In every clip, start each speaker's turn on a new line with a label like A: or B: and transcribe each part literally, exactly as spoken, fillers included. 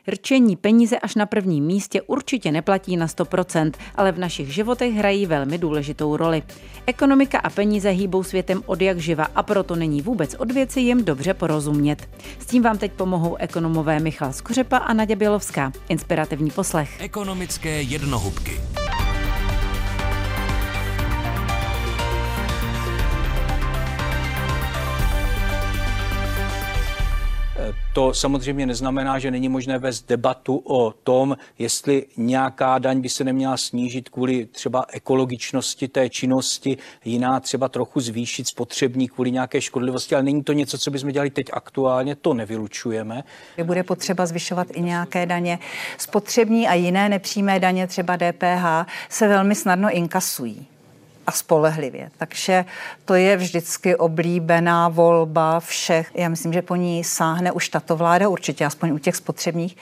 A: Rčení peníze až na prvním místě určitě neplatí na sto procent, ale v našich životech hrají velmi důležitou roli. Ekonomika a peníze hýbou světem od jak živa a proto není vůbec od věci jim dobře porozumět. S tím vám teď pomohou ekonomové Michal Skořepa a Naďa Bělovská. Inspirativní poslech.
B: Ekonomické jednohubky.
C: To samozřejmě neznamená, že není možné vést debatu o tom, jestli nějaká daň by se neměla snížit kvůli třeba ekologičnosti té činnosti, jiná třeba trochu zvýšit spotřební kvůli nějaké škodlivosti, ale není to něco, co bychom dělali teď aktuálně, to nevylučujeme.
D: Bude potřeba zvyšovat i nějaké daně. Spotřební a jiné nepřímé daně, třeba D P H, se velmi snadno inkasují. A spolehlivě. Takže to je vždycky oblíbená volba všech. Já myslím, že po ní sáhne už tato vláda, určitě aspoň u těch spotřebních.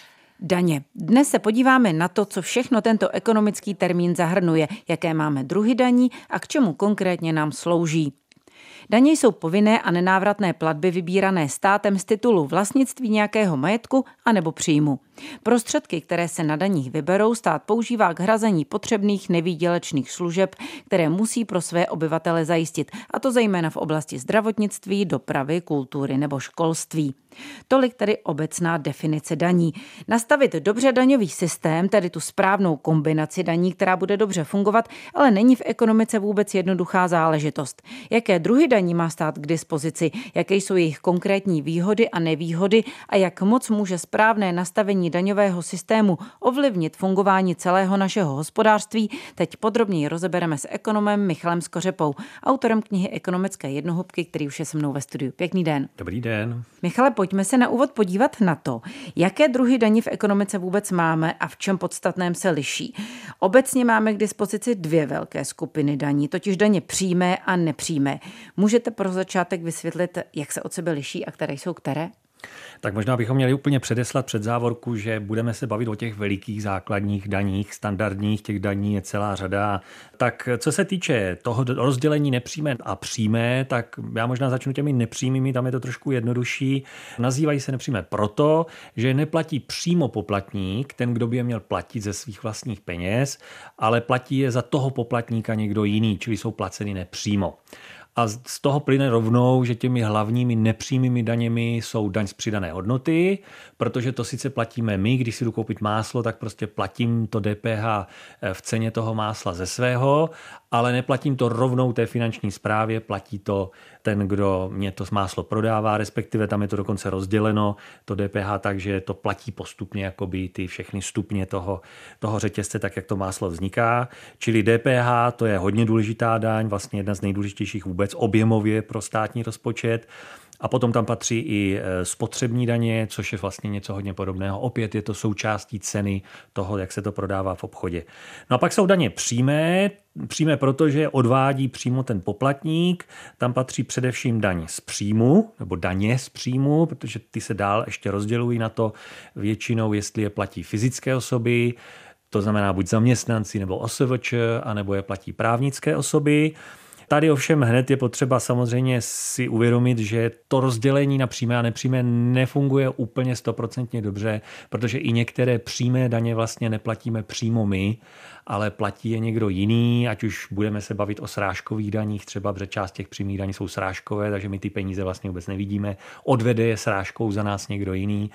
A: Daně. Dnes se podíváme na to, co všechno tento ekonomický termín zahrnuje, jaké máme druhy daní a k čemu konkrétně nám slouží. Daně jsou povinné a nenávratné platby vybírané státem z titulu vlastnictví nějakého majetku anebo příjmu. Prostředky, které se na daních vyberou, stát používá k hrazení potřebných nevýdělečných služeb, které musí pro své obyvatele zajistit, a to zejména v oblasti zdravotnictví, dopravy, kultury nebo školství. Tolik tedy obecná definice daní. Nastavit dobře daňový systém, tedy tu správnou kombinaci daní, která bude dobře fungovat, ale není v ekonomice vůbec jednoduchá záležitost. Jaké druhy daní má stát k dispozici, jaké jsou jejich konkrétní výhody a nevýhody a jak moc může správné nastavení daňového systému ovlivnit fungování celého našeho hospodářství, teď podrobněji rozebereme s ekonomem Michalem Skořepou, autorem knihy Ekonomické jednohubky, který už je se mnou ve studiu. Pěkný den.
E: Dobrý den.
A: Michale, pojďme se na úvod podívat na to, jaké druhy daní v ekonomice vůbec máme a v čem podstatném se liší. Obecně máme k dispozici dvě velké skupiny daní, totiž daně přímé a nepřímé. Můžete pro začátek vysvětlit, jak se od sebe liší a které jsou které?
E: Tak možná bychom měli úplně předeslat před závorku, že budeme se bavit o těch velikých základních daních, standardních, těch daní je celá řada. Tak co se týče toho rozdělení nepřímé a přímé, tak já možná začnu těmi nepřímými, tam je to trošku jednodušší. Nazývají se nepřímé proto, že neplatí přímo poplatník, ten, kdo by je měl platit ze svých vlastních peněz, ale platí je za toho poplatníka někdo jiný, čili jsou placeny nepřímo. A z toho plyne rovnou, že těmi hlavními nepřímými daněmi jsou daň z přidané hodnoty, protože to sice platíme my, když si jdu koupit máslo, tak prostě platím to D P H v ceně toho másla ze svého, ale neplatím to rovnou té finanční správě, platí to ten, kdo mě to máslo prodává, respektive tam je to dokonce rozděleno, to D P H, takže to platí postupně jakoby ty všechny stupně toho, toho řetězce, tak jak to máslo vzniká. Čili D P H, to je hodně důležitá daň, vlastně jedna z nejdůležitějších vůbec objemově pro státní rozpočet. A potom tam patří i spotřební daně, což je vlastně něco hodně podobného. Opět je to součástí ceny toho, jak se to prodává v obchodě. No a pak jsou daně přímé, přímé protože odvádí přímo ten poplatník. Tam patří především daň z příjmu, nebo daně z příjmu, protože ty se dál ještě rozdělují na to většinou, jestli je platí fyzické osoby, to znamená buď zaměstnanci nebo O S V Č, anebo je platí právnické osoby. Tady ovšem hned je potřeba samozřejmě si uvědomit, že to rozdělení na přímé a nepřímé nefunguje úplně stoprocentně dobře, protože i některé přímé daně vlastně neplatíme přímo my, ale platí je někdo jiný, ať už budeme se bavit o srážkových daních, třeba protože část těch přímých daní jsou srážkové, takže my ty peníze vlastně vůbec nevidíme, odvede je srážkou za nás někdo jiný.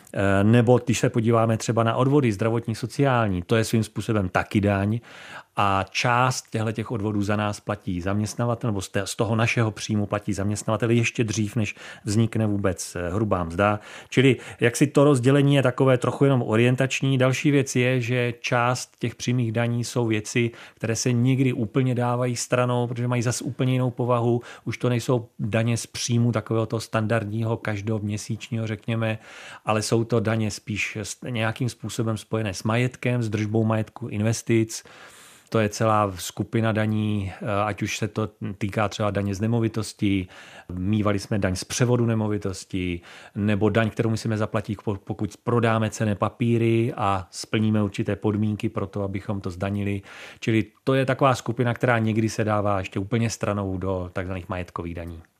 E: Nebo když se podíváme třeba na odvody zdravotní, sociální, to je svým způsobem taky daň a část těchto odvodů za nás platí zaměstnavatel, nebo z toho našeho příjmu platí zaměstnavatel ještě dřív, než vznikne vůbec hrubá mzda. Čili jak si to rozdělení je takové trochu jenom orientační. Další věc je, že část těch přímých daní jsou věci, které se někdy úplně dávají stranou, protože mají zase úplně jinou povahu. Už to nejsou daně z příjmu takového toho standardního každoměsíčního, řekněme, ale jsou to daně spíš nějakým způsobem spojené s majetkem, s držbou majetku, investic. To je celá skupina daní, ať už se to týká třeba daně z nemovitosti, mívali jsme daň z převodu nemovitosti, nebo daň, kterou musíme zaplatit, pokud prodáme cenné papíry a splníme určité podmínky pro to, abychom to zdanili. Čili to je taková skupina, která někdy se dává ještě úplně stranou do takzvaných majetkových daní.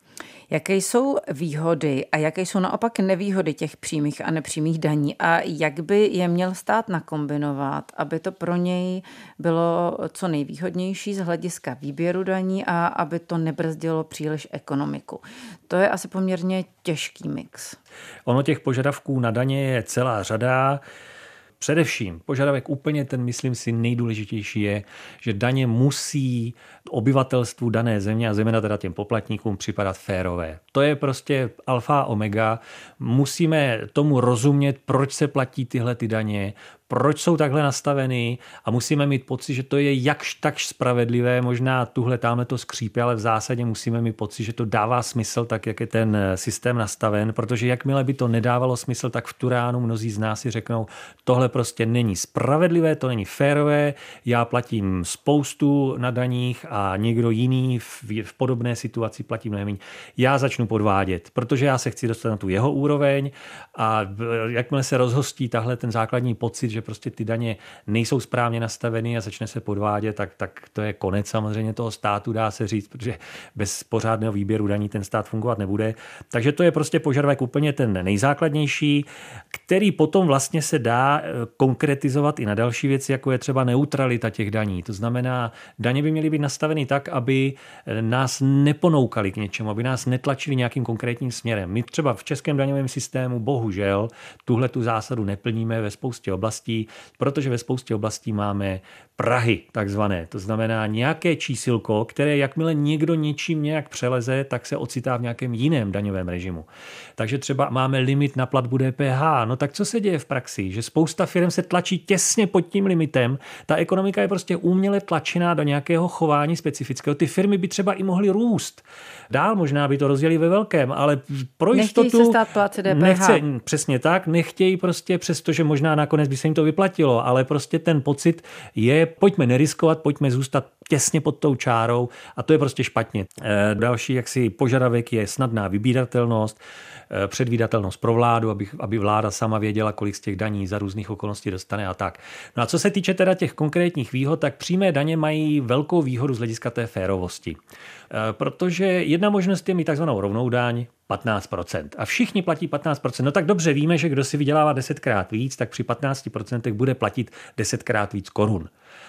A: Jaké jsou výhody a jaké jsou naopak nevýhody těch přímých a nepřímých daní a jak by je měl stát nakombinovat, aby to pro něj bylo co nejvýhodnější z hlediska výběru daní a aby to nebrzdilo příliš ekonomiku. To je asi poměrně těžký mix.
E: Ono těch požadavků na daně je celá řada. Především požadavek úplně ten, myslím si, nejdůležitější je, že daně musí obyvatelstvu dané země a zejména teda těm poplatníkům připadat férové. To je prostě alfa a omega. Musíme tomu rozumět, proč se platí tyhle ty daně, proč jsou takhle nastaveny a musíme mít pocit, že to je jakž takž spravedlivé, možná tuhle tamhle to skřípe, ale v zásadě musíme mít pocit, že to dává smysl tak, jak je ten systém nastaven, protože jakmile by to nedávalo smysl, tak v tu ránu mnozí z nás si řeknou, tohle prostě není spravedlivé, to není férové, já platím spoustu na daních a někdo jiný v, v podobné situaci platí mnohem méně. Já začnu podvádět, protože já se chci dostat na tu jeho úroveň a jakmile se rozhostí tahle ten základní pocit, že prostě ty daně nejsou správně nastaveny a začne se podvádět, tak, tak to je konec samozřejmě toho státu, dá se říct, protože bez pořádného výběru daní ten stát fungovat nebude. Takže to je prostě požadavek úplně ten nejzákladnější, který potom vlastně se dá konkretizovat i na další věci, jako je třeba neutralita těch daní. To znamená, daně by měly být nastaveny tak, aby nás neponoukali k něčemu, aby nás netlačili nějakým konkrétním směrem. My třeba v českém daňovém systému bohužel tuhle tu zásadu neplníme ve spoustě oblastí, protože ve spoustě oblastí máme prahy takzvané. To znamená nějaké čísilko, které jakmile někdo něčím nějak přeleze, tak se ocitá v nějakém jiném daňovém režimu. Takže třeba máme limit na platbu D P H. No tak co se děje v praxi? Že spousta firm se tlačí těsně pod tím limitem. Ta ekonomika je prostě uměle tlačená do nějakého chování specifického. Ty firmy by třeba i mohly růst. Dál možná by to rozdělili ve velkém, ale pro jistotu
A: nechtějí se stát plátci D P H.
E: Nechce, přesně tak, nechtějí prostě, přestože možná nakonec by se jim to vyplatilo, ale prostě ten pocit je, pojďme neriskovat, pojďme zůstat těsně pod tou čárou a to je prostě špatně. E, další jaksi požadavek je snadná vybíratelnost, e, předvídatelnost pro vládu, aby, aby vláda sama věděla, kolik z těch daní za různých okolností dostane a tak. No a co se týče teda těch konkrétních výhod, tak přímé daně mají velkou výhodu z hlediska té férovosti. E, protože jedna možnost je mít takzvanou rovnou daň, patnáct procent. A všichni platí patnáct procent. No tak dobře víme, že kdo si vydělává desetkrát víc, tak při patnácti procentech bude platit desetkrát víc korun.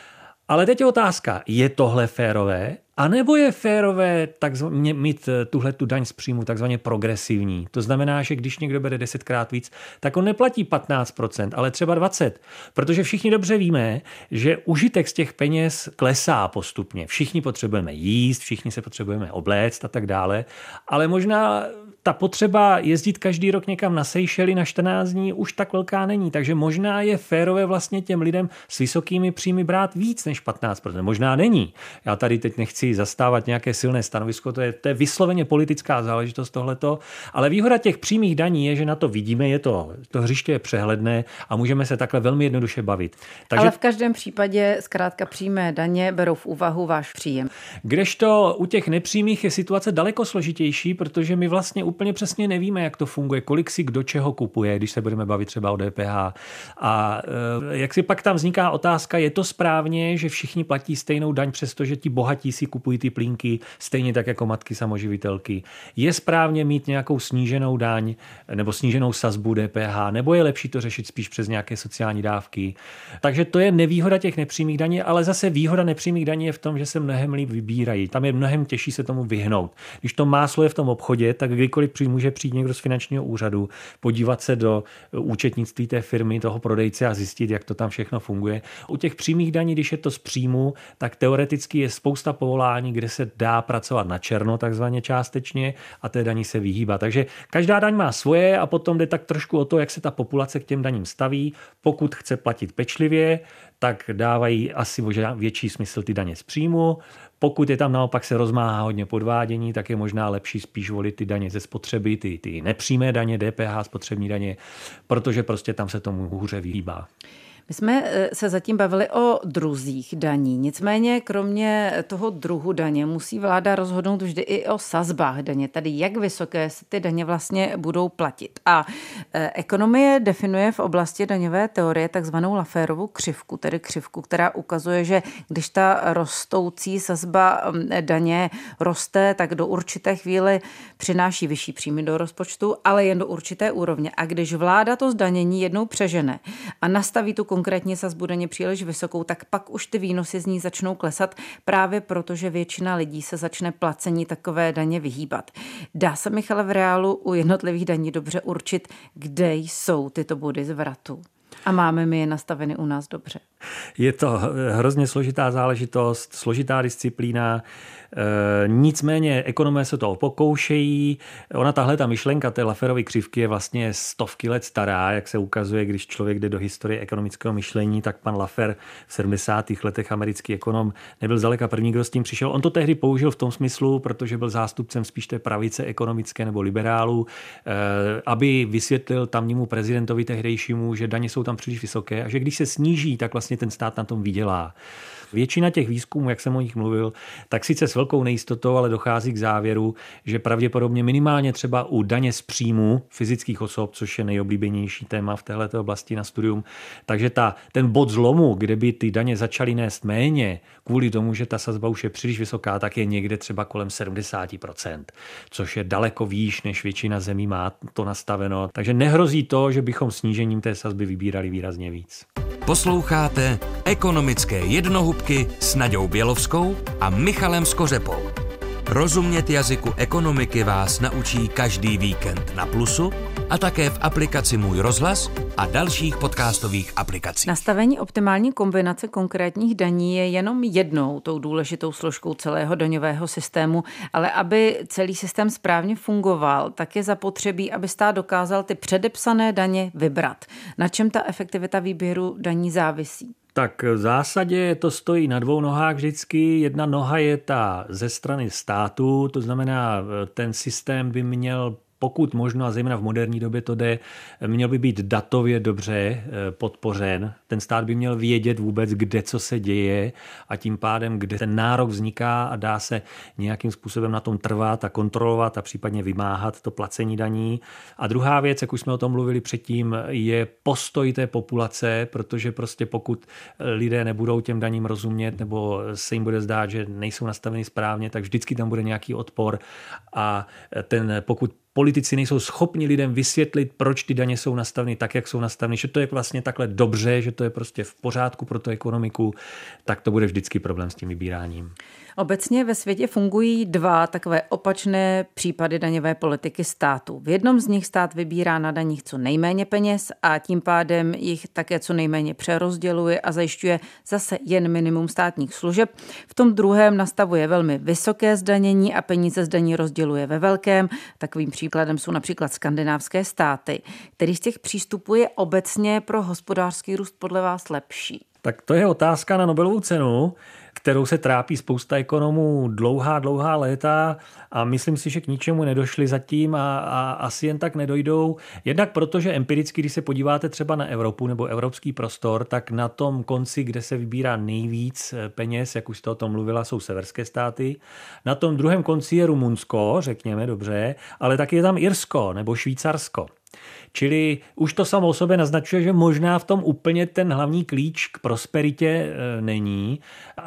E: Ale teď je otázka, je tohle férové? A nebo je férové takzvaně mít tuhle tu daň z příjmu takzvaně progresivní? To znamená, že když někdo bere desetkrát víc, tak on neplatí patnáct procent, ale třeba dvacet procent. Protože všichni dobře víme, že užitek z těch peněz klesá postupně. Všichni potřebujeme jíst, všichni se potřebujeme obléct a tak dále, ale možná ta potřeba jezdit každý rok někam na Seychely na čtrnáct dní už tak velká není, takže možná je férové vlastně těm lidem s vysokými příjmy brát víc než patnáct procent. Možná není. Já tady teď nechci zastávat nějaké silné stanovisko, to je, to je vysloveně politická záležitost tohleto, ale výhoda těch přímých daní je, že na to vidíme, je to, to hřiště je přehledné a můžeme se takhle velmi jednoduše bavit. Takže,
A: ale v každém případě zkrátka přímé daně berou v úvahu váš příjem.
E: Kdežto u těch nepřímých je situace daleko složitější, protože my vlastně úplně přesně nevíme, jak to funguje, kolik si kdo čeho kupuje, když se budeme bavit třeba o D P H. A jak si pak tam vzniká otázka, je to správně, že všichni platí stejnou daň, přestože ti bohatí si kupují ty plínky, stejně tak jako matky samoživitelky. Je správně mít nějakou sníženou daň nebo sníženou sazbu D P H, nebo je lepší to řešit spíš přes nějaké sociální dávky. Takže to je nevýhoda těch nepřímých daní, ale zase výhoda nepřímých daní je v tom, že se mnohem líp vybírají. Tam je mnohem těžší se tomu vyhnout. Když to máslo je v tom obchodě, tak kdykoliv může přijít někdo z finančního úřadu, podívat se do účetnictví té firmy, toho prodejce a zjistit, jak to tam všechno funguje. U těch přímých daní, když je to z příjmu, tak teoreticky je spousta povolání, kde se dá pracovat na černo, takzvaně částečně, a té daní se vyhýbá. Takže každá daň má svoje a potom jde tak trošku o to, jak se ta populace k těm daním staví. Pokud chce platit pečlivě, tak dávají asi možná větší smysl ty daně z příjmu. Pokud je tam naopak se rozmáhá hodně podvádění, tak je možná lepší spíš volit ty daně ze spotřeby, ty, ty nepřímé daně, D P H, spotřební daně, protože prostě tam se tomu hůře vyhýbá.
A: My jsme se zatím bavili o druzích daní. Nicméně kromě toho druhu daně musí vláda rozhodnout vždy i o sazbách daně, tedy jak vysoké se ty daně vlastně budou platit. A ekonomie definuje v oblasti daňové teorie takzvanou Lafferovu křivku, tedy křivku, která ukazuje, že když ta rostoucí sazba daně roste, tak do určité chvíli přináší vyšší příjmy do rozpočtu, ale jen do určité úrovně. A když vláda to zdanění jednou přežene a nastaví tu konkrétně sazbu daně příliš vysokou, tak pak už ty výnosy z ní začnou klesat právě proto, že většina lidí se začne placení takové daně vyhýbat. Dá se, Michale, v reálu u jednotlivých daní dobře určit, kde jsou tyto body zvratu? A máme my je nastaveny u nás dobře?
E: Je to hrozně složitá záležitost, složitá disciplína. E, nicméně ekonomé se to pokoušejí. Ona tahle ta myšlenka té Lafferovy křivky je vlastně stovky let stará, jak se ukazuje, když člověk jde do historie ekonomického myšlení, tak pan Laffer v sedmdesátých letech, americký ekonom, nebyl zdaleka první, kdo s tím přišel. On to tehdy použil v tom smyslu, protože byl zástupcem spíš té pravice ekonomické nebo liberálů, e, aby vysvětlil tamnímu prezidentovi tehdejšímu, že daně jsou tam příliš vysoké a že když se sníží, tak vlastně ten stát na tom vydělá. Většina těch výzkumů, jak jsem o nich mluvil, tak sice s velkou nejistotou, ale dochází k závěru, že pravděpodobně minimálně třeba u daně z příjmu fyzických osob, což je nejoblíbenější téma v této oblasti na studium, takže ta, ten bod zlomu, kde by ty daně začaly nést méně, kvůli tomu, že ta sazba už je příliš vysoká, tak je někde třeba kolem sedmdesát procent, což je daleko výš, než většina zemí má to nastaveno. Takže nehrozí to, že bychom snížením té sazby vybírali výrazně víc.
B: Posloucháte Ekonomické jednohubky s Naďou Bělovskou a Michalem Skořepou. Rozumět jazyku ekonomiky vás naučí každý víkend na Plusu a také v aplikaci Můj rozhlas a dalších podcastových aplikacích.
A: Nastavení optimální kombinace konkrétních daní je jenom jednou tou důležitou složkou celého daňového systému, ale aby celý systém správně fungoval, tak je zapotřebí, aby stát dokázal ty předepsané daně vybrat. Na čem ta efektivita výběru daní závisí?
E: Tak v zásadě to stojí na dvou nohách vždycky. Jedna noha je ta ze strany státu, to znamená, ten systém by měl, pokud možno, a zejména v moderní době to jde, měl by být datově dobře podpořen. Ten stát by měl vědět vůbec, kde co se děje a tím pádem, kde ten nárok vzniká a dá se nějakým způsobem na tom trvat a kontrolovat a případně vymáhat to placení daní. A druhá věc, jak už jsme o tom mluvili předtím, je postoj té populace, protože prostě pokud lidé nebudou těm daním rozumět nebo se jim bude zdát, že nejsou nastaveny správně, tak vždycky tam bude nějaký odpor a ten, pokud politici nejsou schopni lidem vysvětlit, proč ty daně jsou nastaveny tak, jak jsou nastaveny, že to je vlastně takhle dobře, že to je prostě v pořádku pro tu ekonomiku, tak to bude vždycky problém s tím vybíráním.
A: Obecně ve světě fungují dva takové opačné případy daňové politiky státu. V jednom z nich stát vybírá na daních co nejméně peněz a tím pádem jich také co nejméně přerozděluje a zajišťuje zase jen minimum státních služeb. V tom druhém nastavuje velmi vysoké zdanění a peníze z daní rozděluje ve velkém. Takovým příkladem jsou například skandinávské státy. Který z těch přístupů je obecně pro hospodářský růst podle vás lepší?
E: Tak to je otázka na Nobelovu cenu, kterou se trápí spousta ekonomů dlouhá, dlouhá léta a myslím si, že k ničemu nedošli zatím a, a asi jen tak nedojdou. Jednak protože empiricky, když se podíváte třeba na Evropu nebo evropský prostor, tak na tom konci, kde se vybírá nejvíc peněz, jak už jste o tom mluvila, jsou severské státy. Na tom druhém konci je Rumunsko, řekněme dobře, ale taky je tam Irsko nebo Švýcarsko. Čili už to samo o sobě naznačuje, že možná v tom úplně ten hlavní klíč k prosperitě není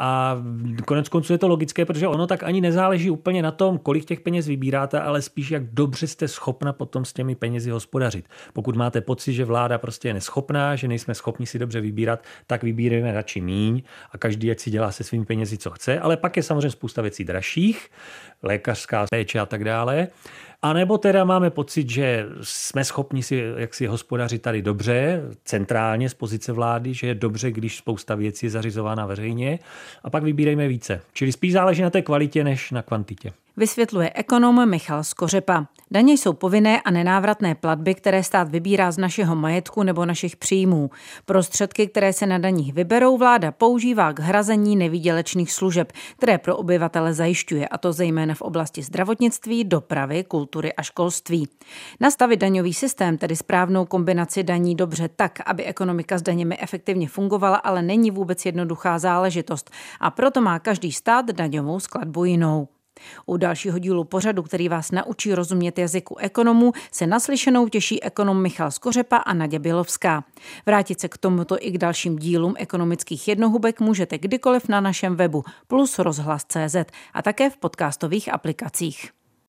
E: a konec konců je to logické, protože ono tak ani nezáleží úplně na tom, kolik těch peněz vybíráte, ale spíš jak dobře jste schopna potom s těmi penězi hospodařit. Pokud máte pocit, že vláda prostě je neschopná, že nejsme schopni si dobře vybírat, tak vybírejme radši míň a každý ať si dělá se svými penězi, co chce, ale pak je samozřejmě spousta věcí dražších, lékařská péče a tak dále. A nebo teda máme pocit, že jsme schopni si jaksi hospodařit tady dobře, centrálně z pozice vlády, že je dobře, když spousta věcí je zařizována veřejně a pak vybírejme více. Čili spíš záleží na té kvalitě než na kvantitě.
A: Vysvětluje ekonom Michal Skořepa. Daně jsou povinné a nenávratné platby, které stát vybírá z našeho majetku nebo našich příjmů. Prostředky, které se na daních vyberou, vláda používá k hrazení nevýdělečných služeb, které pro obyvatele zajišťuje, a to zejména v oblasti zdravotnictví, dopravy, kultury a školství. Nastavit daňový systém, tedy správnou kombinaci daní dobře tak, aby ekonomika s daněmi efektivně fungovala, ale není vůbec jednoduchá záležitost a proto má každý stát daňovou skladbu jinou. U dalšího dílu pořadu, který vás naučí rozumět jazyku ekonomů, se na slyšenou těší ekonom Michal Skořepa a Naďa Bělovská. Vrátit se k tomuto i k dalším dílům ekonomických jednohubek můžete kdykoliv na našem webu plus rozhlas tečka cé zet a také v podcastových aplikacích.